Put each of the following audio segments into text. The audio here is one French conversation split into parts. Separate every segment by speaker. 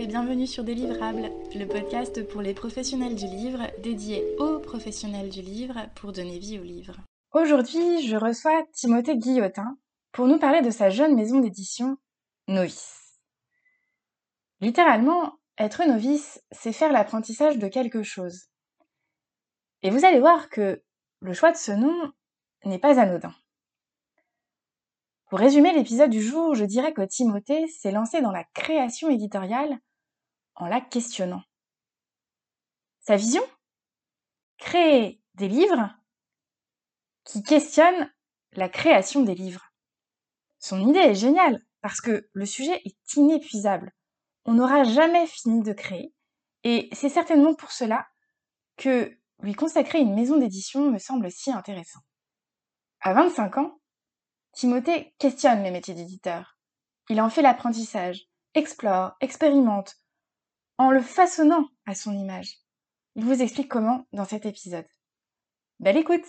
Speaker 1: et bienvenue sur Délivrable, le podcast pour les professionnels du livre, dédié aux professionnels du livre pour donner vie au livre. Aujourd'hui, je reçois Timothée Guillotin pour nous parler de sa jeune maison d'édition, Novice. Littéralement, être novice, c'est faire l'apprentissage de quelque chose. Et vous allez voir que le choix de ce nom n'est pas anodin. Pour résumer l'épisode du jour, je dirais que Timothée s'est lancé dans la création éditoriale en la questionnant. Sa vision ? Créer des livres qui questionnent la création des livres. Son idée est géniale parce que le sujet est inépuisable. On n'aura jamais fini de créer et c'est certainement pour cela que lui consacrer une maison d'édition me semble si intéressant. À 25 ans, Timothée questionne les métiers d'éditeur. Il en fait l'apprentissage, explore, expérimente, en le façonnant à son image. Il vous explique comment dans cet épisode. Belle écoute!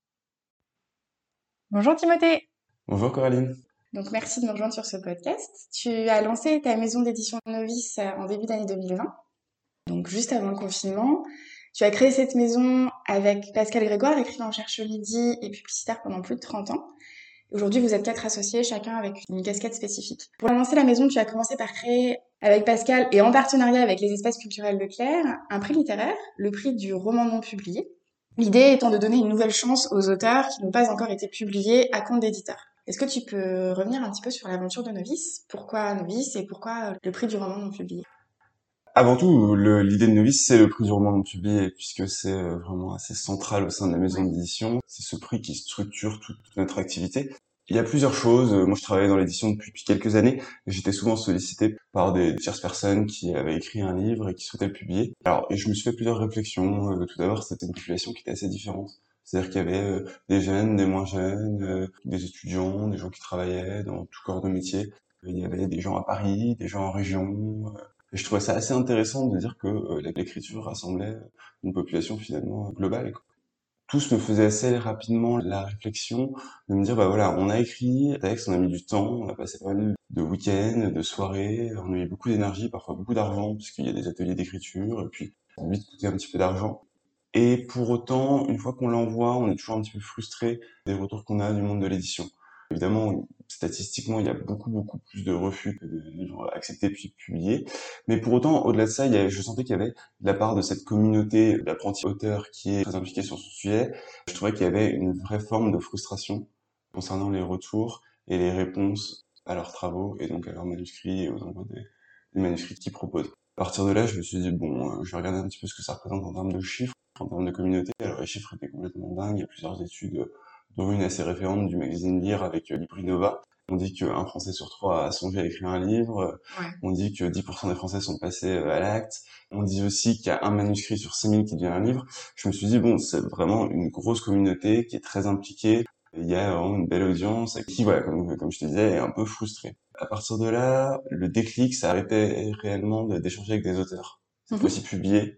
Speaker 1: Bonjour Timothée!
Speaker 2: Bonjour Coraline.
Speaker 1: Donc merci de me rejoindre sur ce podcast. Tu as lancé ta maison d'édition Novice en début d'année 2020, donc juste avant le confinement. Tu as créé cette maison avec Pascal Grégoire, écrivain en Cherche Midi et publicitaire pendant plus de 30 ans. Aujourd'hui, vous êtes 4 associés, chacun avec une casquette spécifique. Pour lancer la maison, tu as commencé par créer, avec Pascal et en partenariat avec les espaces culturels Leclerc, un prix littéraire, le prix du roman non publié. L'idée étant de donner une nouvelle chance aux auteurs qui n'ont pas encore été publiés à compte d'éditeur. Est-ce que tu peux revenir un petit peu sur l'aventure de Novice ? Pourquoi Novice et pourquoi le prix du roman non publié ?
Speaker 2: Avant tout, l'idée de Novice, c'est le prix du roman non publié, puisque c'est vraiment assez central au sein de la maison d'édition. C'est ce prix qui structure toute notre activité. Il y a plusieurs choses. Moi, je travaillais dans l'édition depuis quelques années, et j'étais souvent sollicité par des tierces personnes qui avaient écrit un livre et qui souhaitaient le publier. Alors, et je me suis fait plusieurs réflexions. Tout d'abord, c'était une population qui était assez différente. C'est-à-dire qu'il y avait des jeunes, des moins jeunes, des étudiants, des gens qui travaillaient dans tout corps de métier. Il y avait des gens à Paris, des gens en région. Et je trouvais ça assez intéressant de dire que l'écriture rassemblait une population finalement globale, quoi. Tous me faisaient assez rapidement la réflexion de me dire, bah voilà, on a écrit un texte, on a mis du temps, on a passé pas mal de week-ends, de soirées, on a mis beaucoup d'énergie, parfois beaucoup d'argent, puisqu'il y a des ateliers d'écriture, et puis ça a vite coûté un petit peu d'argent. Et pour autant, une fois qu'on l'envoie, on est toujours un petit peu frustré des retours qu'on a du monde de l'édition. Évidemment, statistiquement, il y a beaucoup plus de refus que de livres acceptés puis publiés. Mais pour autant, au-delà de ça, je sentais qu'il y avait de la part de cette communauté d'apprentis auteurs qui est très impliquée sur ce sujet. Je trouvais qu'il y avait une vraie forme de frustration concernant les retours et les réponses à leurs travaux et donc à leurs manuscrits et aux envois des manuscrits qu'ils proposent. À partir de là, je me suis dit, bon, je vais regarder un petit peu ce que ça représente en termes de chiffres, en termes de communauté. Alors les chiffres étaient complètement dingues. Il y a plusieurs études, dont une assez référente du magazine Lire avec Librinova. On dit qu'un Français sur 3 a songé à écrire un livre. Ouais. On dit que 10% des Français sont passés à l'acte. On dit aussi qu'il y a un manuscrit sur 6000 qui devient un livre. Je me suis dit, bon, c'est vraiment une grosse communauté qui est très impliquée. Il y a vraiment une belle audience qui, voilà, comme je te disais, est un peu frustrée. À partir de là, le déclic, ça a été réellement d'échanger avec des auteurs. Cette fois-ci publiés,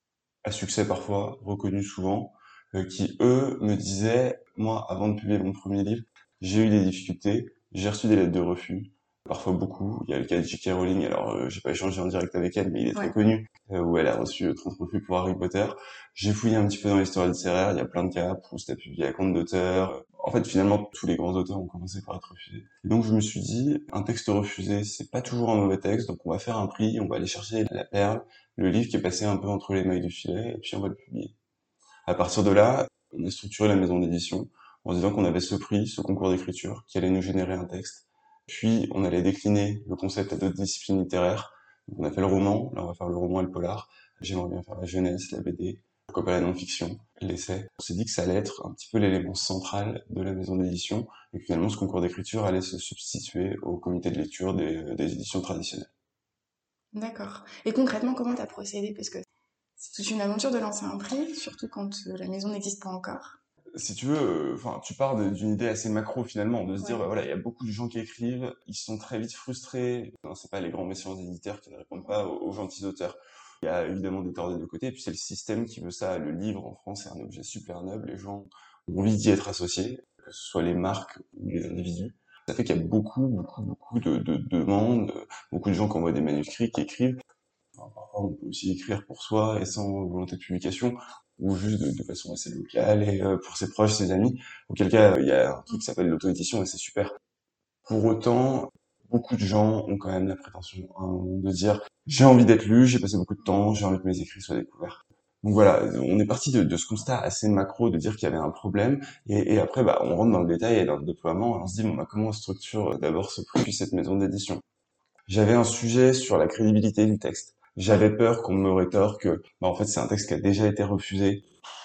Speaker 2: à succès parfois, reconnus souvent, qui, eux, me disaient, moi, avant de publier mon premier livre, j'ai eu des difficultés, j'ai reçu des lettres de refus, parfois beaucoup. Il y a le cas de J.K. Rowling, alors j'ai pas échangé en direct avec elle, mais il est très connu, où elle a reçu 30 refus pour Harry Potter. J'ai fouillé un petit peu dans l'histoire littéraire, il y a plein de cas, Proust a publié à compte d'auteur. En fait, finalement, tous les grands auteurs ont commencé par être refusés. Et donc, je me suis dit, un texte refusé, c'est pas toujours un mauvais texte, donc on va faire un prix, on va aller chercher la perle, le livre qui est passé un peu entre les mailles du filet, et puis on va le publier. À partir de là, on a structuré la maison d'édition en se disant qu'on avait ce prix, ce concours d'écriture, qui allait nous générer un texte. Puis, on allait décliner le concept à d'autres disciplines littéraires. Donc, on a fait le roman, là on va faire le roman et le polar. J'aimerais bien faire la jeunesse, la BD, pourquoi pas la non-fiction, l'essai. On s'est dit que ça allait être un petit peu l'élément central de la maison d'édition, et que finalement ce concours d'écriture allait se substituer au comité de lecture des éditions traditionnelles.
Speaker 1: D'accord. Et concrètement, comment t'as procédé ? Parce que c'est toute une aventure de lancer un prix, surtout quand la maison n'existe pas encore.
Speaker 2: Si tu veux, tu pars d'une idée assez macro finalement, de se dire, bah voilà, il y a beaucoup de gens qui écrivent, ils sont très vite frustrés. Non, c'est pas les grands messieurs éditeurs qui ne répondent pas aux gentils auteurs. Il y a évidemment des torts des deux côtés, et puis c'est le système qui veut ça. Le livre en France est un objet super noble, les gens ont envie d'y être associés, que ce soit les marques ou les individus. Ça fait qu'il y a beaucoup de demandes, beaucoup de gens qui envoient des manuscrits, qui écrivent. Enfin, parfois, on peut aussi écrire pour soi et sans volonté de publication, ou juste de façon assez locale et pour ses proches, ses amis. Auquel cas, il y a un truc qui s'appelle l'auto-édition et c'est super. Pour autant, beaucoup de gens ont quand même la prétention à un moment de dire j'ai envie d'être lu, j'ai passé beaucoup de temps, j'ai envie que mes écrits soient découverts. Donc voilà, on est parti de ce constat assez macro de dire qu'il y avait un problème, et après bah on rentre dans le détail et dans le déploiement, et on se dit bon bah comment on structure d'abord ce prix puis cette maison d'édition. J'avais un sujet sur la crédibilité du texte. J'avais peur qu'on me rétorque que bah en fait c'est un texte qui a déjà été refusé,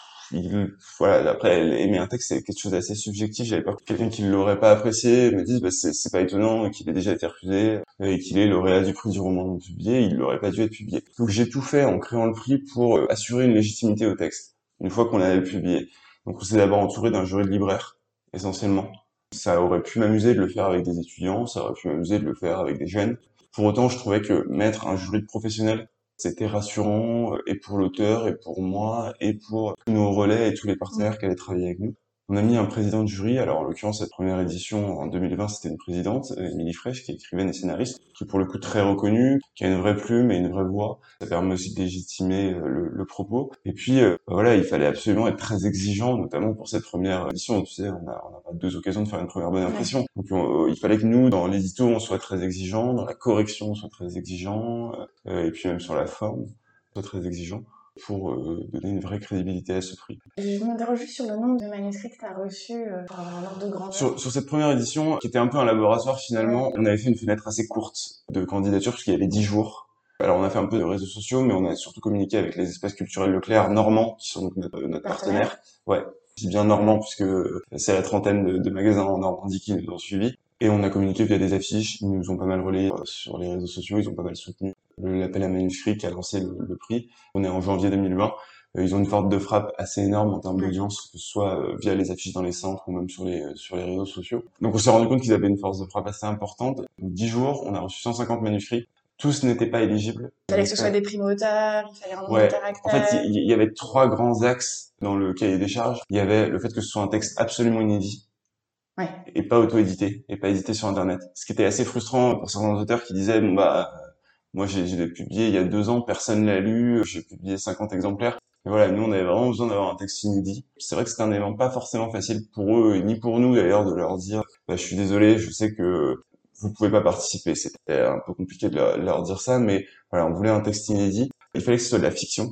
Speaker 2: voilà, après, aimer un texte, c'est quelque chose d'assez subjectif. J'avais peur que quelqu'un qui l'aurait pas apprécié me dise, bah, c'est pas étonnant qu'il ait déjà été refusé et qu'il est lauréat du prix du roman non publié, il n'aurait pas dû être publié. Donc j'ai tout fait en créant le prix pour assurer une légitimité au texte, une fois qu'on avait publié. Donc on s'est d'abord entouré d'un jury de libraires, essentiellement. Ça aurait pu m'amuser de le faire avec des étudiants, ça aurait pu m'amuser de le faire avec des jeunes. Pour autant, je trouvais que mettre un jury de professionnels, c'était rassurant, et pour l'auteur, et pour moi, et pour tous nos relais et tous les partenaires qui allaient travailler avec nous. On a mis un président de jury, alors en l'occurrence cette première édition en 2020 c'était une présidente, Émilie Fraîche, qui est écrivaine et scénariste, qui est pour le coup très reconnue, qui a une vraie plume et une vraie voix. Ça permet aussi de légitimer le propos. Et puis voilà, il fallait absolument être très exigeant, notamment pour cette première édition. Tu sais, on a pas deux occasions de faire une première bonne impression. Donc il fallait que nous, dans l'édito, on soit très exigeant, dans la correction, on soit très exigeant, et puis même sur la forme, on soit très exigeant pour donner une vraie crédibilité à ce prix.
Speaker 1: Je m'interroge juste sur le nombre de manuscrits que tu as reçus pour avoir un ordre de grandeur.
Speaker 2: Sur cette première édition, qui était un peu un laboratoire finalement, on avait fait une fenêtre assez courte de candidature, puisqu'il y avait 10 jours. Alors on a fait un peu de réseaux sociaux, mais on a surtout communiqué avec les espaces culturels Leclerc normands, qui sont donc notre partenaire. Ouais, je dis bien normand, puisque c'est la trentaine de magasins en Normandie qui nous ont suivis. Et on a communiqué via des affiches, ils nous ont pas mal relayé sur les réseaux sociaux, ils ont pas mal soutenu l'appel à manuscrits qui a lancé le prix. On est en janvier 2020. Ils ont une force de frappe assez énorme en termes d'audience, que ce soit via les affiches dans les centres ou même sur les réseaux sociaux. Donc on s'est rendu compte qu'ils avaient une force de frappe assez importante. 10 jours, on a reçu 150 manuscrits. Tous n'étaient pas éligibles.
Speaker 1: Il fallait que ce soit des primo-auteurs, il fallait un nombre de
Speaker 2: Ouais,
Speaker 1: caractères.
Speaker 2: en fait, il y avait 3 grands axes dans le cahier des charges. Il y avait le fait que ce soit un texte absolument inédit.
Speaker 1: Ouais.
Speaker 2: Et pas auto-édité, et pas édité sur Internet. Ce qui était assez frustrant pour certains auteurs qui disaient, bon bah, moi j'ai publié il y a 2 ans, personne l'a lu, j'ai publié 50 exemplaires. Et voilà, nous on avait vraiment besoin d'avoir un texte inédit. C'est vrai que c'était un élément pas forcément facile pour eux, ni pour nous d'ailleurs, de leur dire, bah, je suis désolé, je sais que vous pouvez pas participer. C'était un peu compliqué de leur dire ça, mais voilà, on voulait un texte inédit. Il fallait que ce soit de la fiction.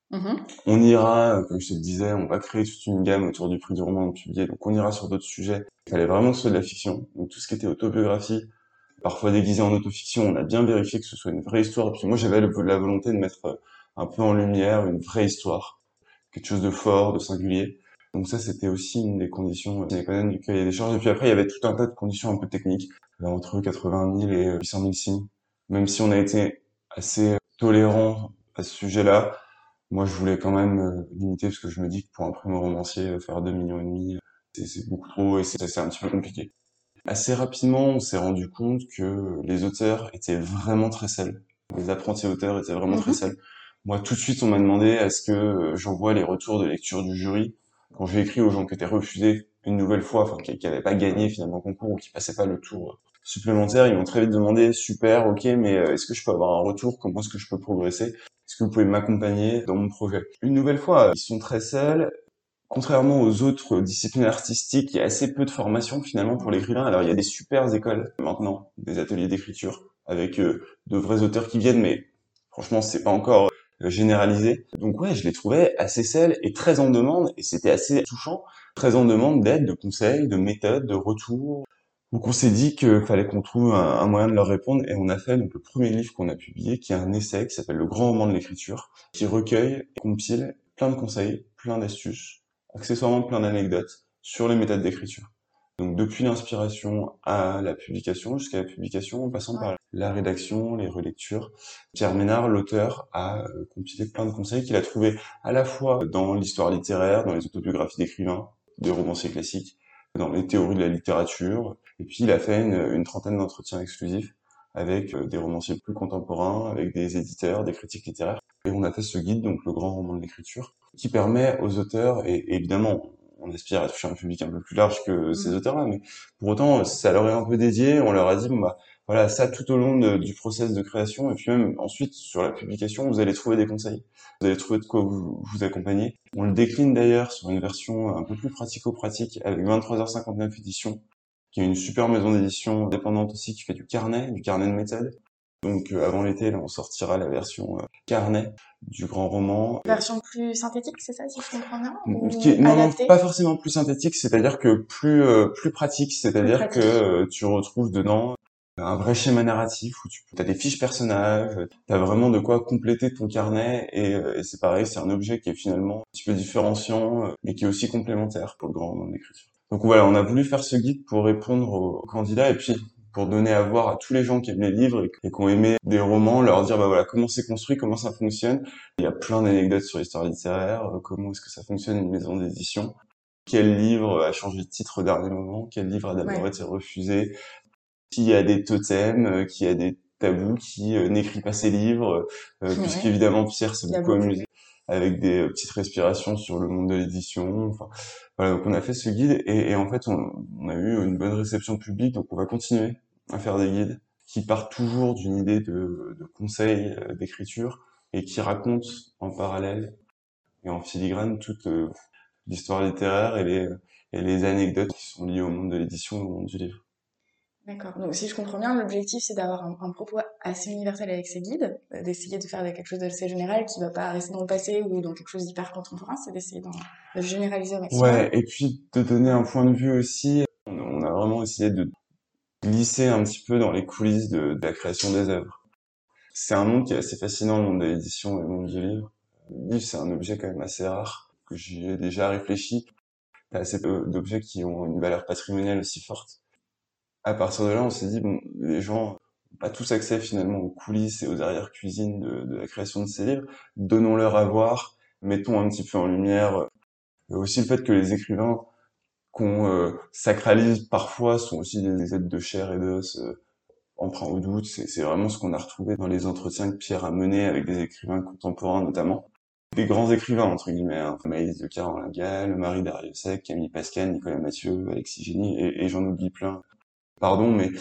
Speaker 2: On ira, comme je te le disais, on va créer toute une gamme autour du prix du roman non publié, donc on ira sur d'autres sujets. Il fallait vraiment que ce soit de la fiction, donc tout ce qui était autobiographie, parfois déguisé en autofiction, on a bien vérifié que ce soit une vraie histoire. Et puis moi, j'avais la volonté de mettre un peu en lumière une vraie histoire, quelque chose de fort, de singulier. Donc ça, c'était aussi une des conditions sine qua non du cahier des charges. Et puis après, il y avait tout un tas de conditions un peu techniques, entre 80 000 et 800 000 signes. Même si on a été assez tolérant à ce sujet-là, moi, je voulais quand même limiter, parce que je me dis que pour un primo-romancier, faire 2,5 millions, c'est beaucoup trop et c'est un petit peu compliqué. Assez rapidement, on s'est rendu compte que les auteurs étaient vraiment très seuls. Les apprentis auteurs étaient vraiment très seuls. Moi, tout de suite, on m'a demandé à ce que j'envoie les retours de lecture du jury. Quand j'ai écrit aux gens qui étaient refusés une nouvelle fois, enfin, qui n'avaient pas gagné finalement le concours ou qui passaient pas le tour supplémentaire, ils m'ont très vite demandé, super, ok, mais est-ce que je peux avoir un retour? Comment est-ce que je peux progresser? Est-ce que vous pouvez m'accompagner dans mon projet? Une nouvelle fois, ils sont très seuls. Contrairement aux autres disciplines artistiques, il y a assez peu de formation finalement pour l'écrivain. Alors il y a des super écoles maintenant, des ateliers d'écriture avec de vrais auteurs qui viennent, mais franchement c'est pas encore généralisé. Donc ouais, je les trouvais assez seuls et très en demande, et c'était assez touchant, très en demande d'aide, de conseils, de méthodes, de retours. Donc on s'est dit qu'il fallait qu'on trouve un moyen de leur répondre, et on a fait donc le premier livre qu'on a publié, qui est un essai qui s'appelle Le Grand Roman de l'écriture, qui recueille et compile plein de conseils, plein d'astuces, accessoirement plein d'anecdotes sur les méthodes d'écriture. Donc depuis l'inspiration à la publication, jusqu'à la publication, en passant par la rédaction, les relectures, Pierre Ménard, l'auteur, a compilé plein de conseils qu'il a trouvés à la fois dans l'histoire littéraire, dans les autobiographies d'écrivains, des romanciers classiques, dans les théories de la littérature, et puis il a fait une trentaine d'entretiens exclusifs avec des romanciers plus contemporains, avec des éditeurs, des critiques littéraires. Et on a fait ce guide, donc le grand roman de l'écriture, qui permet aux auteurs, et évidemment, on aspire à toucher un public un peu plus large que ces auteurs-là, mais pour autant, ça leur est un peu dédié. On leur a dit, bon bah voilà, ça tout au long du process de création, et puis même ensuite sur la publication, vous allez trouver des conseils. Vous allez trouver de quoi vous accompagner. On le décline d'ailleurs sur une version un peu plus pratico-pratique avec 23h59 éditions, qui est une super maison d'édition indépendante aussi qui fait du carnet de méthode. Donc avant l'été, là, on sortira la version carnet du grand roman.
Speaker 1: Version plus synthétique, c'est ça, si je comprends bien, ou
Speaker 2: Non,
Speaker 1: adaptée?
Speaker 2: pas forcément plus synthétique, c'est-à-dire que plus pratique, c'est-à-dire que tu retrouves dedans un vrai schéma narratif où tu as des fiches personnages, tu as vraiment de quoi compléter ton carnet et c'est pareil, c'est un objet qui est finalement un petit peu différenciant mais qui est aussi complémentaire pour le grand roman d'écriture. Donc voilà, on a voulu faire ce guide pour répondre aux candidats et puis pour donner à voir à tous les gens qui aiment les livres et qui ont aimé des romans, leur dire bah voilà comment c'est construit, comment ça fonctionne. Il y a plein d'anecdotes sur l'histoire littéraire, comment est-ce que ça fonctionne une maison d'édition, quel livre a changé de titre au dernier moment, quel livre a d'abord été refusé, qui a des totems, qui a des tabous, qui n'écrit pas ses livres, puisqu'évidemment Pierre s'est beaucoup amusé avec des petites respirations sur le monde de l'édition. Enfin, voilà, donc on a fait ce guide et en fait on a eu une bonne réception publique, donc on va continuer à faire des guides qui partent toujours d'une idée de conseil d'écriture et qui racontent en parallèle et en filigrane toute l'histoire littéraire et les anecdotes qui sont liées au monde de l'édition et au monde du livre.
Speaker 1: D'accord. Donc, si je comprends bien, l'objectif, c'est d'avoir un propos assez universel avec ces guides, d'essayer de faire quelque chose d'assez général qui va pas rester dans le passé ou dans quelque chose d'hyper contemporain, c'est d'essayer de généraliser au maximum.
Speaker 2: Ouais, et puis de donner un point de vue aussi. On a vraiment essayé de glisser un petit peu dans les coulisses de la création des œuvres. C'est un monde qui est assez fascinant, le monde de l'édition et le monde du livre. Le livre, c'est un objet quand même assez rare, que j'y ai déjà réfléchi. T'as assez d'objets qui ont une valeur patrimoniale aussi forte. À partir de là, on s'est dit, bon, les gens n'ont pas tous accès finalement aux coulisses et aux arrière-cuisines de la création de ces livres. Donnons-leur à voir, mettons un petit peu en lumière aussi le fait que les écrivains qu'on sacralise parfois sont aussi des êtres de chair et d'os, emprunts au doute. C'est vraiment ce qu'on a retrouvé dans les entretiens que Pierre a menés avec des écrivains contemporains notamment. Des grands écrivains, entre guillemets, hein. Maëlys de Carolingal, Marie Dariussec, Camille Pascal, Nicolas Mathieu, Alexis Génie, et j'en oublie plein. Pardon, mais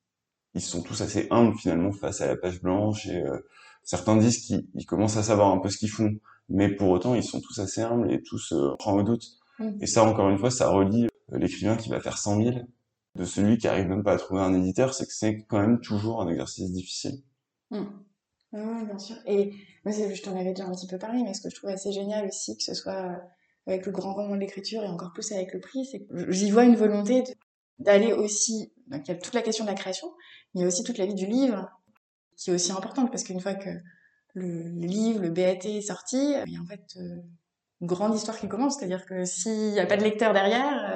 Speaker 2: ils sont tous assez humbles finalement face à la page blanche et certains disent qu'ils commencent à savoir un peu ce qu'ils font, mais pour autant ils sont tous assez humbles et tous prend au doute. Et ça encore une fois, ça relie l'écrivain qui va faire 100 000 de celui qui arrive même pas à trouver un éditeur, c'est que c'est quand même toujours un exercice difficile.
Speaker 1: Mm. Oui, bien sûr. Et moi, je t'en avais déjà un petit peu parlé, mais ce que je trouve assez génial aussi, que ce soit avec le grand roman de l'écriture et encore plus avec le prix, c'est que j'y vois une volonté d'aller aussi. Donc, il y a toute la question de la création, mais il y a aussi toute la vie du livre qui est aussi importante parce qu'une fois que le livre, le BAT est sorti, il y a en fait une grande histoire qui commence. C'est-à-dire que s'il n'y a pas de lecteur derrière,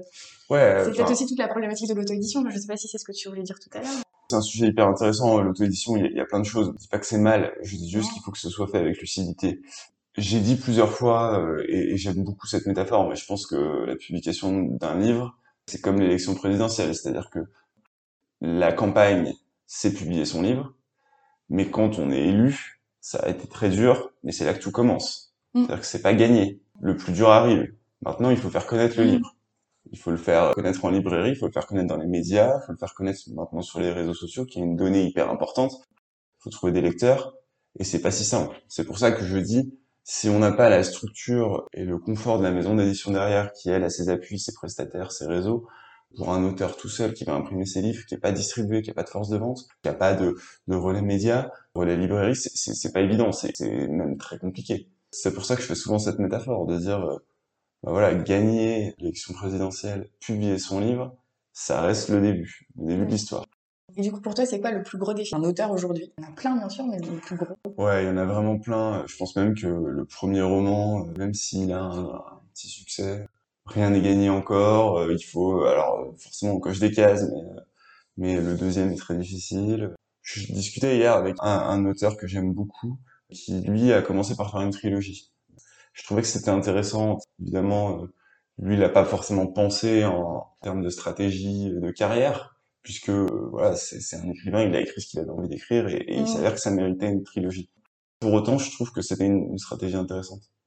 Speaker 1: c'est peut-être aussi toute la problématique de l'auto-édition. Je ne sais pas si c'est ce que tu voulais dire tout à l'heure.
Speaker 2: C'est un sujet hyper intéressant, l'auto-édition, il y a plein de choses. Je dis pas que c'est mal, je dis juste qu'il faut que ce soit fait avec lucidité. J'ai dit plusieurs fois, et j'aime beaucoup cette métaphore, mais je pense que la publication d'un livre, c'est comme l'élection présidentielle, c'est-à-dire que la campagne, c'est publier son livre, mais quand on est élu, ça a été très dur, mais c'est là que tout commence. C'est-à-dire que c'est pas gagné. Le plus dur arrive. Maintenant, il faut faire connaître le livre. Il faut le faire connaître en librairie, il faut le faire connaître dans les médias, il faut le faire connaître maintenant sur les réseaux sociaux, qui est une donnée hyper importante. Il faut trouver des lecteurs, et c'est pas si simple. C'est pour ça que je dis, si on n'a pas la structure et le confort de la maison d'édition derrière, qui elle a ses appuis, ses prestataires, ses réseaux, pour un auteur tout seul qui va imprimer ses livres, qui est pas distribué, qui a pas de force de vente, qui a pas de relais médias, relais librairie, c'est pas évident, c'est même très compliqué. C'est pour ça que je fais souvent cette métaphore de dire, bah voilà, gagner l'élection présidentielle, publier son livre, ça reste le début de l'histoire.
Speaker 1: Et du coup, pour toi, c'est quoi le plus gros défi d'un auteur aujourd'hui? Il y en a plein, bien sûr, mais le plus gros.
Speaker 2: Ouais, il y en a vraiment plein. Je pense même que le premier roman, même s'il a un petit succès, rien n'est gagné encore. Il faut, alors forcément, on coche des cases, mais le deuxième est très difficile. Je discutais hier avec un auteur que j'aime beaucoup, qui lui a commencé par faire une trilogie. Je trouvais que c'était intéressant. Évidemment, lui, il a pas forcément pensé en termes de stratégie de carrière, puisque voilà, c'est un écrivain, il a écrit ce qu'il avait envie d'écrire, et il s'avère que ça méritait une trilogie. Pour autant, je trouve que c'était une stratégie intéressante.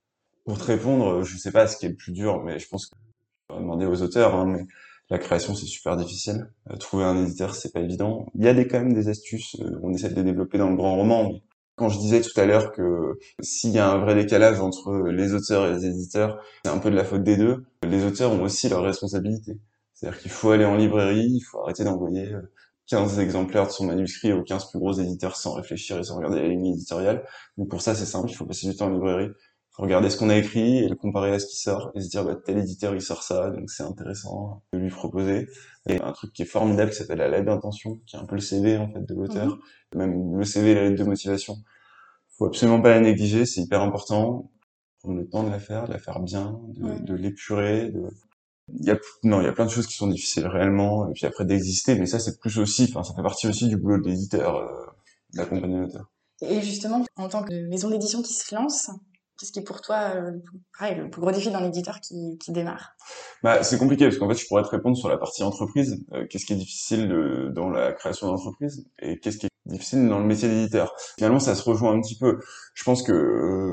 Speaker 2: Pour te répondre, je sais pas ce qui est le plus dur, mais je pense que on va demander aux auteurs, hein, mais la création c'est super difficile. Trouver un éditeur c'est pas évident. Il y a quand même des astuces, on essaie de les développer dans le grand roman. Mais quand je disais tout à l'heure que s'il y a un vrai décalage entre les auteurs et les éditeurs, c'est un peu de la faute des deux. Les auteurs ont aussi leurs responsabilités. C'est-à-dire qu'il faut aller en librairie, il faut arrêter d'envoyer 15 exemplaires de son manuscrit aux 15 plus gros éditeurs sans réfléchir et sans regarder la ligne éditoriale. Donc pour ça c'est simple, il faut passer du temps en librairie. Faut regarder ce qu'on a écrit et le comparer à ce qui sort et se dire bah tel éditeur il sort ça donc c'est intéressant de lui proposer. Et un truc qui est formidable qui s'appelle la lettre d'intention, qui est un peu le CV en fait de l'auteur,
Speaker 1: Mhm.
Speaker 2: même le CV et la lettre de motivation. Faut absolument pas la négliger, c'est hyper important. Prendre le temps de la faire bien,
Speaker 1: Ouais.
Speaker 2: de l'épurer. Non, il y a plein de choses qui sont difficiles réellement et puis après d'exister, mais ça c'est plus aussi, enfin ça fait partie aussi du boulot de l'éditeur, d'accompagner l'auteur.
Speaker 1: Et justement, en tant que maison d'édition qui se lance, qu'est-ce qui est pour toi le plus gros défi d'un éditeur qui démarre?
Speaker 2: Bah, c'est compliqué parce qu'en fait, je pourrais te répondre sur la partie entreprise. Qu'est-ce qui est difficile dans la création d'entreprise et qu'est-ce qui est difficile dans le métier d'éditeur. Finalement, ça se rejoint un petit peu. Je pense que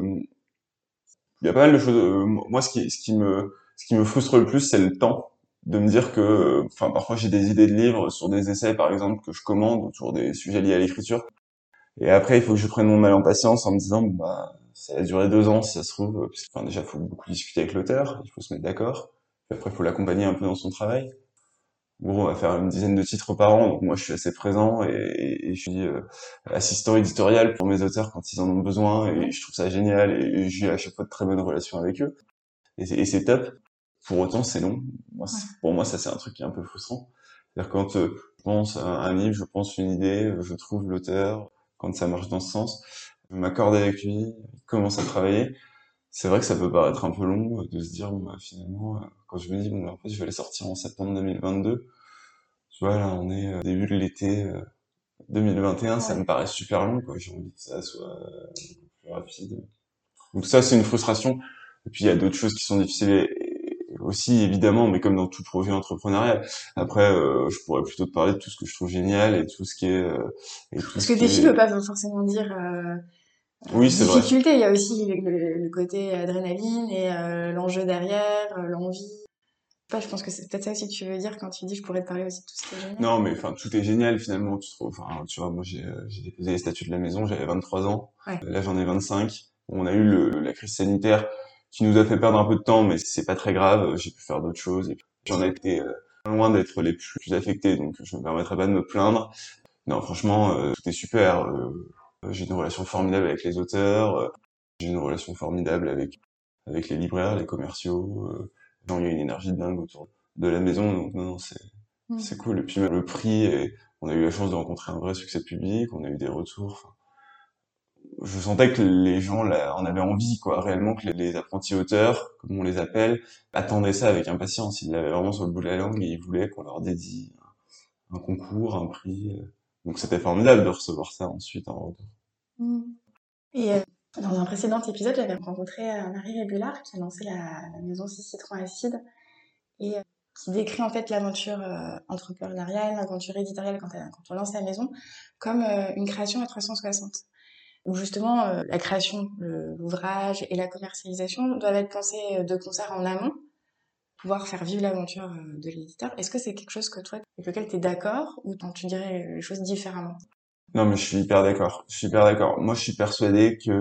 Speaker 2: il y a pas mal de choses. Moi, ce qui me frustre le plus, c'est le temps de me dire que, enfin, parfois j'ai des idées de livres sur des essais, par exemple, que je commande autour des sujets liés à l'écriture. Et après, il faut que je prenne mon mal en patience en me disant, bon, bah, ça va durer 2 ans si ça se trouve, parce que, enfin, déjà, il faut beaucoup discuter avec l'auteur, il faut se mettre d'accord. Puis après, il faut l'accompagner un peu dans son travail. Bon, on va faire une dizaine de titres par an, donc moi, je suis assez présent et je suis assistant éditorial pour mes auteurs quand ils en ont besoin, et je trouve ça génial, et j'ai à chaque fois de très bonnes relations avec eux, et c'est top. Pour autant, c'est long. Moi,
Speaker 1: Ouais.
Speaker 2: pour moi, ça, c'est un truc qui est un peu frustrant. C'est-à-dire quand je pense à un livre, je pense une idée, je trouve l'auteur, quand ça marche dans ce sens, je m'accorde avec lui, il commence à travailler. C'est vrai que ça peut paraître un peu long de se dire, bon, bah, finalement, quand je me dis, bon, bah, en fait, je vais les sortir en septembre 2022, tu vois, là, on est début de l'été 2021, ça me
Speaker 1: Ouais.
Speaker 2: paraît super long, quoi. J'ai envie que ça soit plus rapide. Donc ça, c'est une frustration. Et puis il y a d'autres choses qui sont difficiles aussi, évidemment, mais comme dans tout projet entrepreneurial. Après, je pourrais plutôt te parler de tout ce que je trouve génial et tout ce qui est et tout
Speaker 1: Parce
Speaker 2: ce
Speaker 1: que
Speaker 2: qui
Speaker 1: défi veut
Speaker 2: est.
Speaker 1: pas forcément dire
Speaker 2: Oui, c'est vrai.
Speaker 1: difficulté, il y a aussi le côté adrénaline et l'enjeu derrière, l'envie. Pas, je pense que c'est peut-être ça aussi que tu veux dire quand tu dis je pourrais te parler aussi de tout ce qui est génial.
Speaker 2: Non, mais enfin, tout est génial finalement. Tu trouves. Enfin, tu vois, moi j'ai déposé les statuts de la maison, j'avais 23 ans.
Speaker 1: Ouais.
Speaker 2: Là, j'en ai 25. On a eu la crise sanitaire qui nous a fait perdre un peu de temps, mais c'est pas très grave. J'ai pu faire d'autres choses et puis j'en ai été loin d'être les plus affectés, donc je me permettrai pas de me plaindre. Non, franchement, tout est super. J'ai une relation formidable avec les auteurs. J'ai une relation formidable avec les libraires, les commerciaux. Non, il y a une énergie de dingue autour de la maison. Donc non, non, c'est
Speaker 1: Mm.
Speaker 2: cool. Et puis même le prix, et on a eu la chance de rencontrer un vrai succès public. On a eu des retours. Enfin, je sentais que les gens là, en avaient envie, quoi. Réellement que les apprentis auteurs, comme on les appelle, attendaient ça avec impatience. Ils l'avaient vraiment sur le bout de la langue et ils voulaient qu'on leur dédie un concours, un prix. Donc c'était formidable de recevoir ça ensuite en retour.
Speaker 1: Mm. Et dans un précédent épisode, j'avais rencontré Marie Régulard qui a lancé la maison 6 Citron Acide et qui décrit en fait l'aventure entrepreneuriale, l'aventure éditoriale quand on lance la maison comme une création à 360. Où justement la création, l'ouvrage et la commercialisation doivent être pensés de concert en amont, pouvoir faire vivre l'aventure de l'éditeur. Est-ce que c'est quelque chose que toi, avec lequel tu es d'accord ou tu dirais les choses différemment?
Speaker 2: Non, mais je suis hyper d'accord. Je suis hyper d'accord. Moi, je suis persuadé que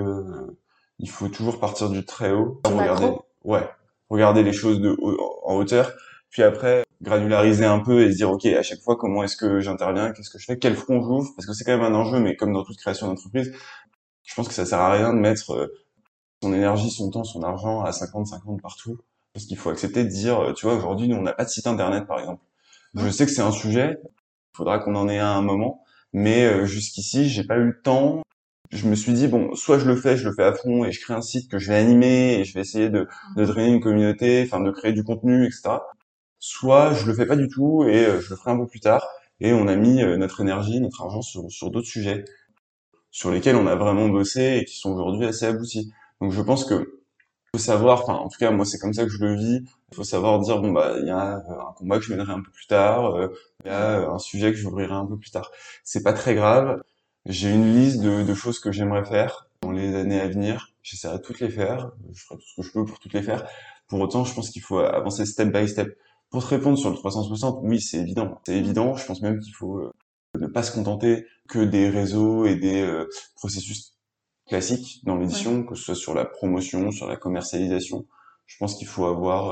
Speaker 2: il faut toujours partir du très haut,
Speaker 1: Du
Speaker 2: regarder,
Speaker 1: macro?
Speaker 2: ouais, regarder les choses en hauteur, puis après granulariser un peu et se dire, ok, à chaque fois, comment est-ce que j'interviens, qu'est-ce que je fais, quel front j'ouvre, parce que c'est quand même un enjeu, mais comme dans toute création d'entreprise, je pense que ça sert à rien de mettre son énergie, son temps, son argent à 50-50 partout, parce qu'il faut accepter de dire, tu vois, aujourd'hui, nous, on n'a pas de site internet, par exemple. Je sais que c'est un sujet, il faudra qu'on en ait un moment, mais jusqu'ici, j'ai pas eu le temps. Je me suis dit bon, soit je le fais à fond et je crée un site que je vais animer et je vais essayer de drainer une communauté, enfin de créer du contenu, etc. Soit je le fais pas du tout et je le ferai un peu plus tard. Et on a mis notre énergie, notre argent sur d'autres sujets sur lesquels on a vraiment bossé et qui sont aujourd'hui assez aboutis. Donc je pense que faut savoir, enfin en tout cas moi c'est comme ça que je le vis. Il faut savoir dire bon bah il y a un combat que je mènerai un peu plus tard, il y a un sujet que j'ouvrirai un peu plus tard. C'est pas très grave. J'ai une liste de choses que j'aimerais faire. dans les années à venir. J'essaierai de toutes les faire. Je ferai tout ce que je peux pour toutes les faire. Pour autant, je pense qu'il faut avancer step by step. Pour te répondre sur le 360, oui, c'est évident. C'est évident. Je pense même qu'il faut ne pas se contenter que des réseaux et des processus classiques dans
Speaker 1: Ouais.
Speaker 2: l'édition, que ce soit sur la promotion, sur la commercialisation. Je pense qu'il faut avoir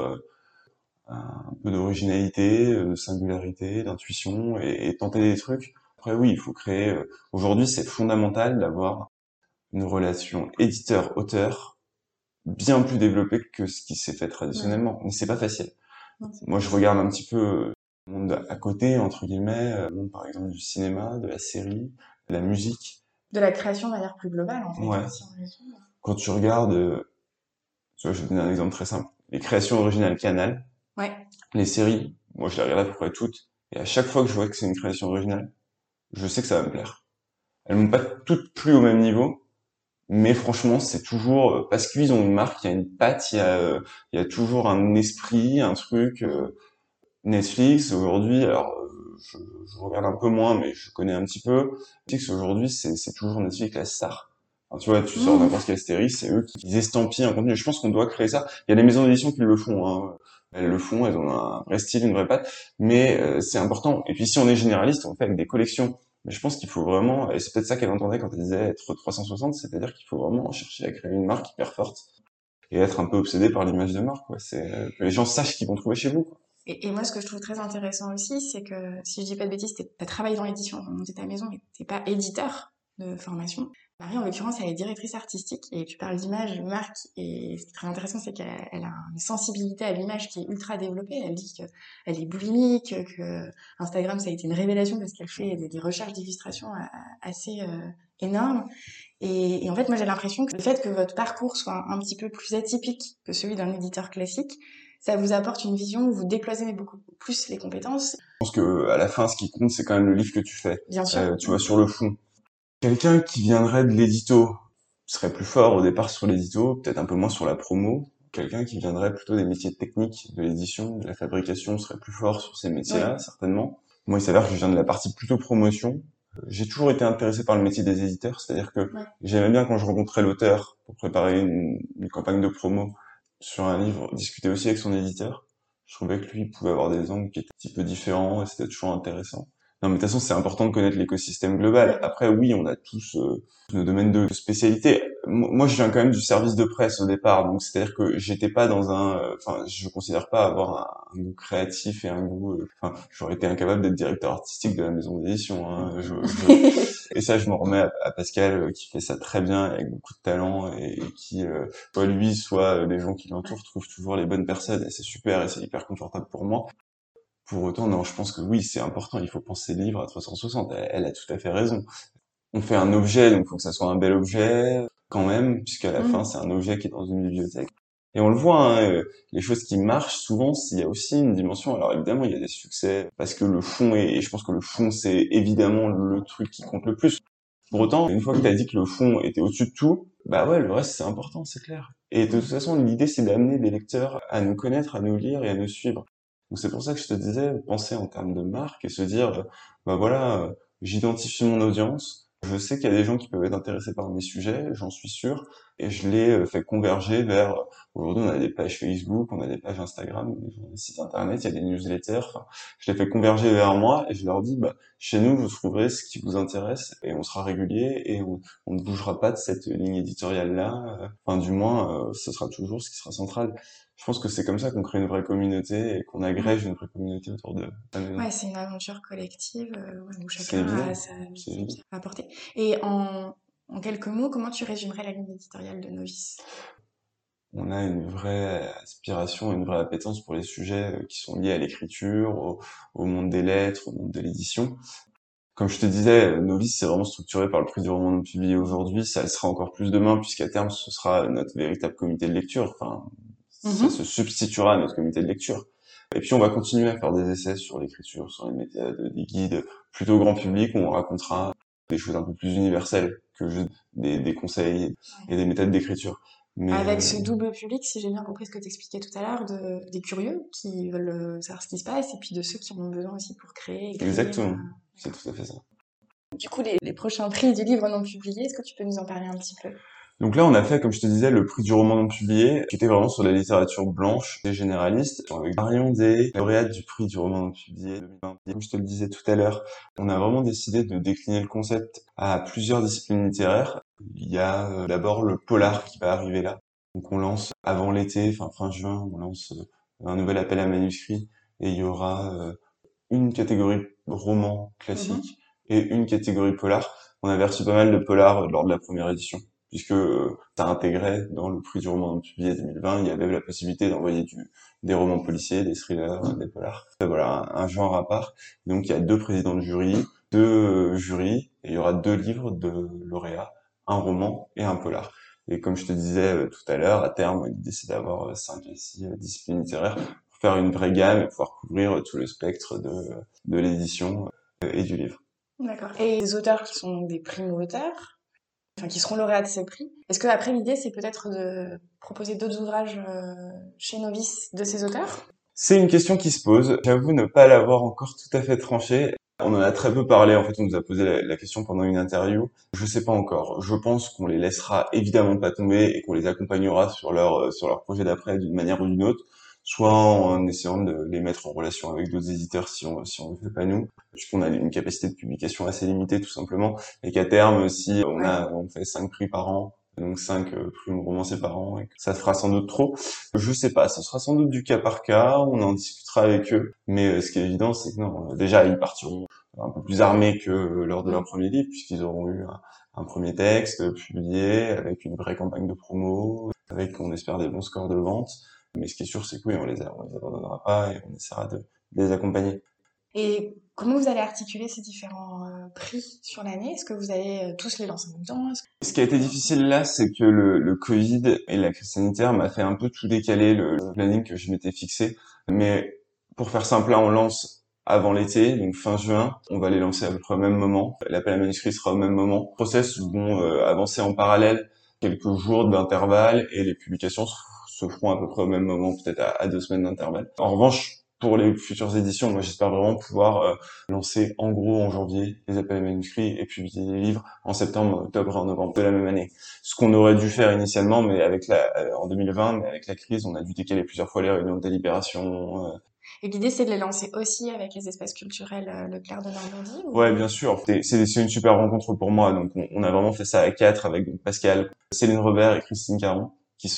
Speaker 2: un peu d'originalité, de singularité, d'intuition et tenter des trucs. Après, oui, il faut créer. Aujourd'hui, c'est fondamental d'avoir une relation éditeur-auteur bien plus développée que ce qui s'est fait
Speaker 1: Ouais.
Speaker 2: traditionnellement. Mais c'est pas facile.
Speaker 1: Non, c'est
Speaker 2: Moi,
Speaker 1: pas
Speaker 2: je
Speaker 1: facile.
Speaker 2: regarde un petit peu le monde à côté, entre guillemets, le monde par exemple du cinéma, de la série, de la musique.
Speaker 1: De la création de manière plus globale, en fait,
Speaker 2: Ouais.
Speaker 1: hein, si on résume.
Speaker 2: Quand tu regardes, tu vois, je vais te donner un exemple très simple. Les créations originales Canal,
Speaker 1: Ouais.
Speaker 2: les séries, moi je les regarde à peu près toutes, et à chaque fois que je vois que c'est une création originale, je sais que ça va me plaire. Elles m'ont pas toutes plu au même niveau, mais franchement, c'est toujours parce qu'ils ont une marque, il y a une patte, il y a toujours un esprit, un truc. Netflix aujourd'hui, alors je regarde un peu moins, mais je connais un petit peu. Netflix aujourd'hui, c'est toujours Netflix la star. Enfin, tu vois, tu sors
Speaker 1: Mmh.
Speaker 2: n'importe quelle série, c'est eux qui estampillent un contenu. Je pense qu'on doit créer ça. Il y a des maisons d'édition qui le font, hein. Elles le font, elles ont un vrai style, une vraie patte, mais c'est important. Et puis si on est généraliste, on fait avec des collections. Mais je pense qu'il faut vraiment, et c'est peut-être ça qu'elle entendait quand elle disait être 360, c'est-à-dire qu'il faut vraiment chercher à créer une marque hyper forte et être un peu obsédé par l'image de marque, quoi. C'est que les gens sachent qu'ils vont trouver chez vous, quoi.
Speaker 1: Et moi, ce que je trouve très intéressant aussi, c'est que, si je dis pas de bêtises, t'as travaillé dans l'édition, t'as monté ta maison, mais t'es pas éditeur de formation. Marie, en l'occurrence, elle est directrice artistique et tu parles d'image, de marque. Et ce qui est très intéressant, c'est qu'elle a une sensibilité à l'image qui est ultra développée. Elle dit qu'elle est boulimique, que Instagram, ça a été une révélation parce qu'elle fait des recherches d'illustration assez énormes. Et en fait, moi, j'ai l'impression que le fait que votre parcours soit un petit peu plus atypique que celui d'un éditeur classique, ça vous apporte une vision où vous décloisonnez beaucoup plus les compétences.
Speaker 2: Je pense que à la fin, ce qui compte, c'est quand même le livre que tu fais.
Speaker 1: Bien sûr.
Speaker 2: Tu vois, sur le fond. Quelqu'un qui viendrait de l'édito serait plus fort au départ sur l'édito, peut-être un peu moins sur la promo. Quelqu'un qui viendrait plutôt des métiers techniques de l'édition, de la fabrication, serait plus fort sur ces métiers-là,
Speaker 1: Oui.
Speaker 2: certainement. Moi, il s'avère que je viens de la partie plutôt promotion. J'ai toujours été intéressé par le métier des éditeurs, c'est-à-dire que
Speaker 1: Ouais.
Speaker 2: j'aimais bien quand je rencontrais l'auteur pour préparer une campagne de promo sur un livre, discuter aussi avec son éditeur. Je trouvais que lui, il pouvait avoir des angles qui étaient un petit peu différents et c'était toujours intéressant. Non, mais de toute façon, c'est important de connaître l'écosystème global.
Speaker 1: Ouais.
Speaker 2: Après, oui, on a tous nos domaines de spécialité. Moi, je viens quand même du service de presse au départ, donc c'est-à-dire que j'étais pas dans enfin, je considère pas avoir un goût créatif et un goût, enfin, j'aurais été incapable d'être directeur artistique de la maison d'édition, hein. Et ça, je m'en remets à Pascal, qui fait ça très bien, avec beaucoup de talent, et qui, soit lui, soit les gens qui l'entourent, trouvent toujours les bonnes personnes, et c'est super, et c'est hyper confortable pour moi. Pour autant, non, je pense que oui, c'est important, il faut penser livre à 360. Elle a tout à fait raison. On fait un objet, donc il faut que ça soit un bel objet, quand même, puisqu'à la fin,
Speaker 1: Mm.
Speaker 2: c'est un objet qui est dans une bibliothèque. Et on le voit, hein, les choses qui marchent, souvent, il y a aussi une dimension. Alors évidemment, il y a des succès, parce que le fond et je pense que le fond, c'est évidemment le truc qui compte le plus. Pour autant, une fois que tu as dit que le fond était au-dessus de tout, bah ouais, le reste, c'est important, c'est clair. Et de toute façon, l'idée, c'est d'amener des lecteurs à nous connaître, à nous lire et à nous suivre. Donc c'est pour ça que je te disais, penser en termes de marque et se dire, bah voilà, j'identifie mon audience, je sais qu'il y a des gens qui peuvent être intéressés par mes sujets, j'en suis sûr, et je les fais converger vers, aujourd'hui on a des pages Facebook, on a des pages Instagram, on a des sites internet, il y a des newsletters, enfin, je les fais converger vers moi et je leur dis, bah, chez nous, vous trouverez ce qui vous intéresse et on sera régulier et on ne bougera pas de cette ligne éditoriale-là. Enfin, du moins, ce sera toujours ce qui sera central. Je pense que c'est comme ça qu'on crée une vraie communauté et qu'on agrège
Speaker 1: Mm.
Speaker 2: une vraie communauté autour de la maison.
Speaker 1: Ouais, c'est une aventure collective ouais, où
Speaker 2: C'est
Speaker 1: chacun a
Speaker 2: évident,
Speaker 1: sa
Speaker 2: c'est
Speaker 1: vision
Speaker 2: évident.
Speaker 1: à apporter. Et en quelques mots, comment tu résumerais la ligne éditoriale de Novice?
Speaker 2: On a une vraie aspiration, une vraie appétence pour les sujets qui sont liés à l'écriture, au monde des lettres, au monde de l'édition. Comme je te disais, Novice, c'est vraiment structuré par le prix du roman non publié aujourd'hui. Ça le sera encore plus demain, puisqu'à terme, ce sera notre véritable comité de lecture. Enfin, ça se
Speaker 1: Mhm.
Speaker 2: substituera à notre comité de lecture. Et puis, on va continuer à faire des essais sur l'écriture, sur les méthodes, des guides plutôt grand public, où on racontera des choses un peu plus universelles que juste des conseils
Speaker 1: Ouais.
Speaker 2: et des méthodes d'écriture. Mais
Speaker 1: Avec ce double public, si j'ai bien compris ce que tu expliquais tout à l'heure, des curieux qui veulent savoir ce qui se passe, et puis de ceux qui en ont besoin aussi pour créer, écrire.
Speaker 2: exactement, c'est
Speaker 1: D'accord.
Speaker 2: tout à fait ça.
Speaker 1: Du coup, les prochains prix du livre non publié, est-ce que tu peux nous en parler un petit peu?
Speaker 2: Donc là, on a fait, comme je te disais, le prix du roman non publié, qui était vraiment sur la littérature blanche et généraliste, avec Marion Day, lauréate du prix du roman non publié 2020. Comme je te le disais tout à l'heure, on a vraiment décidé de décliner le concept à plusieurs disciplines littéraires. Il y a d'abord le polar qui va arriver là. Donc on lance avant l'été, fin juin, on lance un nouvel appel à manuscrits et il y aura une catégorie roman classique et une catégorie polar. On avait reçu pas mal de polars lors de la première édition, puisque ça intégrait dans le prix du roman non publié 2020, il y avait la possibilité d'envoyer des romans policiers, des thrillers, des polars. Voilà, un genre à part. Donc il y a 2 présidents de jury, 2 jurys, et il y aura 2 livres de lauréats, un roman et un polar. Et comme je te disais tout à l'heure, à terme, l'idée c'est d'avoir 5 à 6 disciplines littéraires pour faire une vraie gamme et pouvoir couvrir tout le spectre de l'édition et du livre.
Speaker 1: D'accord. Et les auteurs qui sont des primo-auteurs, enfin qui seront lauréats de ces prix, est-ce que après l'idée c'est peut-être de proposer d'autres ouvrages chez Novice de ces auteurs?
Speaker 2: C'est une question qui se pose. J'avoue ne pas l'avoir encore tout à fait tranchée. On en a très peu parlé. En fait, on nous a posé la question pendant une interview. Je sais pas encore. Je pense qu'on les laissera évidemment pas tomber et qu'on les accompagnera sur leur projet d'après d'une manière ou d'une autre, soit en essayant de les mettre en relation avec d'autres éditeurs si on le fait pas nous, puisqu'on a une capacité de publication assez limitée tout simplement, et qu'à terme, si on fait 5 prix par an, donc 5 prix romancés par an, et que ça fera sans doute trop. Je sais pas, ce sera sans doute du cas par cas, on en discutera avec eux, mais ce qui est évident, c'est que non, déjà ils partiront un peu plus armés que lors de leur premier livre, puisqu'ils auront eu un premier texte publié avec une vraie campagne de promo, avec, on espère, des bons scores de vente. Mais ce qui est sûr, c'est que oui, on les abandonnera pas et on essaiera de les accompagner.
Speaker 1: Et comment vous allez articuler ces différents prix sur l'année? Est-ce que vous allez tous les lancer en même temps?
Speaker 2: Ce qui a été difficile là, c'est que le Covid et la crise sanitaire m'a fait un peu tout décaler le planning que je m'étais fixé. Mais pour faire simple, là, on lance avant l'été, donc fin juin. On va les lancer à peu près au même moment. L'appel à manuscrit sera au même moment. Les process vont avancer en parallèle, quelques jours d'intervalle, et les publications se feront à peu près au même moment, peut-être à 2 semaines d'intervalle. En revanche, pour les futures éditions, moi j'espère vraiment pouvoir lancer en gros en janvier les appels à manuscrits et publier les livres en septembre, octobre, en novembre de la même année. Ce qu'on aurait dû faire initialement, mais en 2020, mais avec la crise, on a dû décaler plusieurs fois les réunions de délibération.
Speaker 1: Et l'idée c'est de les lancer aussi avec les espaces culturels Leclerc de Normandie
Speaker 2: Ouais,
Speaker 1: ou...
Speaker 2: bien sûr. C'est une super rencontre pour moi. Donc, on a vraiment fait ça à 4 avec donc, Pascal, Céline Robert et Christine Caron,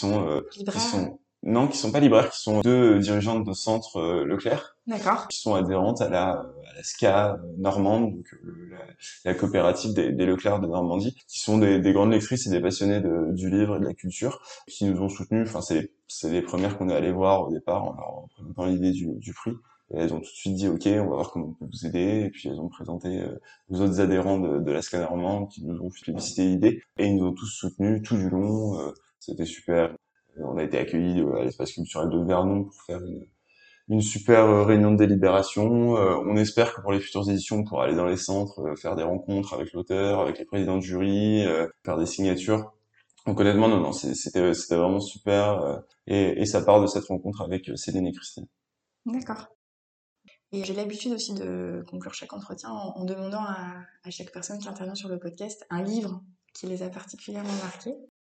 Speaker 2: qui
Speaker 1: libraires?
Speaker 2: sont, non, qui sont pas libraires, qui sont 2 dirigeantes de centre Leclerc,
Speaker 1: D'accord.
Speaker 2: qui sont adhérentes à la SCA normande, donc la coopérative des Leclerc de Normandie, qui sont des grandes lectrices et des passionnées du livre et de la culture, qui nous ont soutenus. Enfin, c'est les premières qu'on est allé voir au départ en leur présentant l'idée du prix. Et elles ont tout de suite dit OK, on va voir comment on peut vous aider. Et puis elles ont présenté aux autres adhérents de la SCA normande qui nous ont fait publicité l'idée. Et ils nous ont tous soutenus tout du long. C'était super. On a été accueillis à l'espace culturel de Vernon pour faire une super réunion de délibération. On espère que pour les futures éditions, on pourra aller dans les centres, faire des rencontres avec l'auteur, avec les présidents de jury, faire des signatures. Donc honnêtement, non, c'était vraiment super. Et ça part de cette rencontre avec Céline et Christine.
Speaker 1: D'accord. Et j'ai l'habitude aussi de conclure chaque entretien en demandant à chaque personne qui intervient sur le podcast un livre qui les a particulièrement marqués.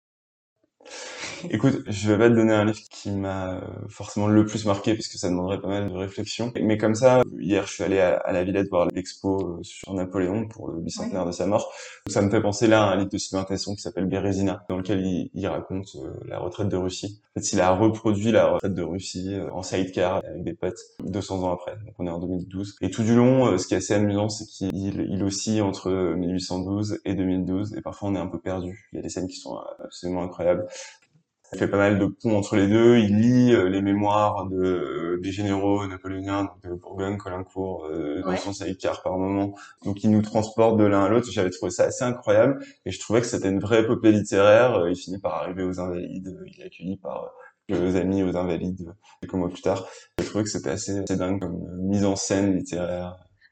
Speaker 2: Écoute, je vais pas te donner un livre qui m'a forcément le plus marqué parce que ça demanderait pas mal de réflexion. Mais comme ça, hier je suis allé à la Villette voir l'expo sur Napoléon pour le
Speaker 1: Ouais.
Speaker 2: bicentenaire de sa mort. Ça me fait penser là à un livre de Sylvain Tesson qui s'appelle Bérésina, dans lequel il raconte la retraite de Russie. En fait, il a reproduit la retraite de Russie en sidecar avec des potes 200 ans après. Donc on est en 2012. Et tout du long, ce qui est assez amusant, c'est qu'il oscille entre 1812 et 2012 et parfois on est un peu perdu. Il y a des scènes qui sont absolument incroyables. Il fait pas mal de ponts entre les deux. Il lit les mémoires des généraux napoléoniens, donc de Bourgogne, Caulaincourt, dans
Speaker 1: Ouais.
Speaker 2: son sidecar par moment. Donc il nous transporte de l'un à l'autre. J'avais trouvé ça assez incroyable et je trouvais que c'était une vraie épopée littéraire. Il finit par arriver aux Invalides. Il est accueilli par quelques amis aux Invalides quelques mois plus tard. J'ai trouvé que c'était assez dingue comme mise en scène littéraire.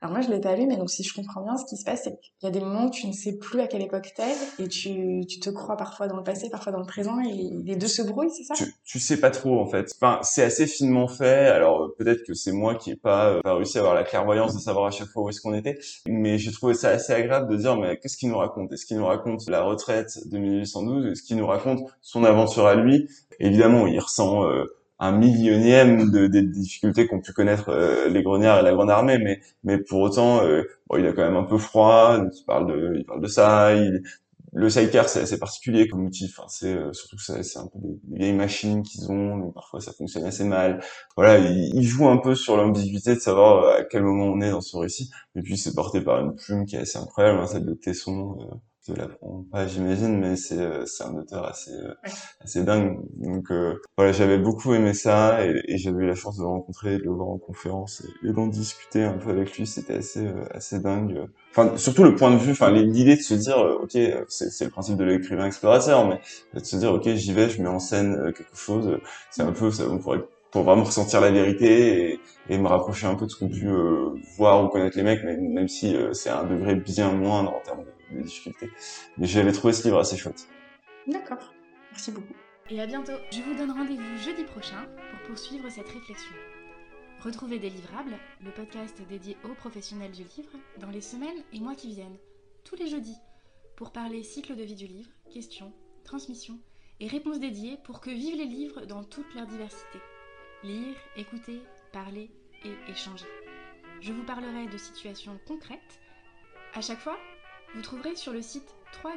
Speaker 1: Alors moi, je l'ai pas lu, mais donc si je comprends bien, ce qui se passe, c'est qu'il y a des moments où tu ne sais plus à quelle époque t'es, et tu te crois parfois dans le passé, parfois dans le présent, et les deux se brouillent, c'est ça?
Speaker 2: Tu sais pas trop en fait. Enfin, c'est assez finement fait. Alors peut-être que c'est moi qui ai pas réussi à avoir la clairvoyance de savoir à chaque fois où est-ce qu'on était, mais j'ai trouvé ça assez agréable de dire mais qu'est-ce qu'il nous raconte? Est-ce qu'il nous raconte la retraite de 1812? Est-ce qu'il nous raconte son aventure à lui? Évidemment, il ressent un millionième des difficultés qu'ont pu connaître les grognards et la Grande Armée, mais pour autant, bon, il a quand même un peu froid. Donc il parle de ça. Le sidecar, c'est assez particulier comme outil. Enfin, surtout que c'est un peu des vieilles machines qu'ils ont, donc parfois ça fonctionne assez mal. Voilà, il joue un peu sur l'ambiguïté de savoir à quel moment on est dans son récit. Et puis c'est porté par une plume qui est assez incroyable, hein, celle de Tesson. Je l'apprends pas, j'imagine, mais c'est un auteur assez dingue. Donc voilà, j'avais beaucoup aimé ça et j'avais eu la chance de le rencontrer, de le voir en conférence et d'en discuter un peu avec lui. C'était assez dingue. Enfin, surtout le point de vue, enfin l'idée de se dire, ok, c'est le principe de l'écrivain explorateur, mais de se dire, ok, j'y vais, je mets en scène quelque chose. C'est un peu ça pour vraiment ressentir la vérité et me rapprocher un peu de ce qu'ont pu voir ou connaître les mecs, même si c'est à un degré bien moindre en termes de difficulté. Mais j'avais trouvé ce livre assez chouette.
Speaker 1: D'accord. Merci beaucoup.
Speaker 3: Et à bientôt. Je vous donne rendez-vous jeudi prochain pour poursuivre cette réflexion. Retrouvez Délivrable, le podcast dédié aux professionnels du livre, dans les semaines et mois qui viennent, tous les jeudis, pour parler cycle de vie du livre, questions, transmission et réponses dédiées pour que vivent les livres dans toute leur diversité. Lire, écouter, parler et échanger. Je vous parlerai de situations concrètes. À chaque fois, vous trouverez sur le site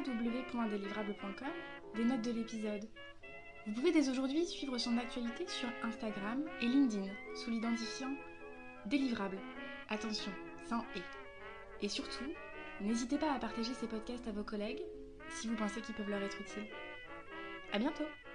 Speaker 3: www.délivrable.com des notes de l'épisode. Vous pouvez dès aujourd'hui suivre son actualité sur Instagram et LinkedIn sous l'identifiant Délivrable. Attention, sans et. Et surtout, n'hésitez pas à partager ces podcasts à vos collègues si vous pensez qu'ils peuvent leur être utiles. À bientôt!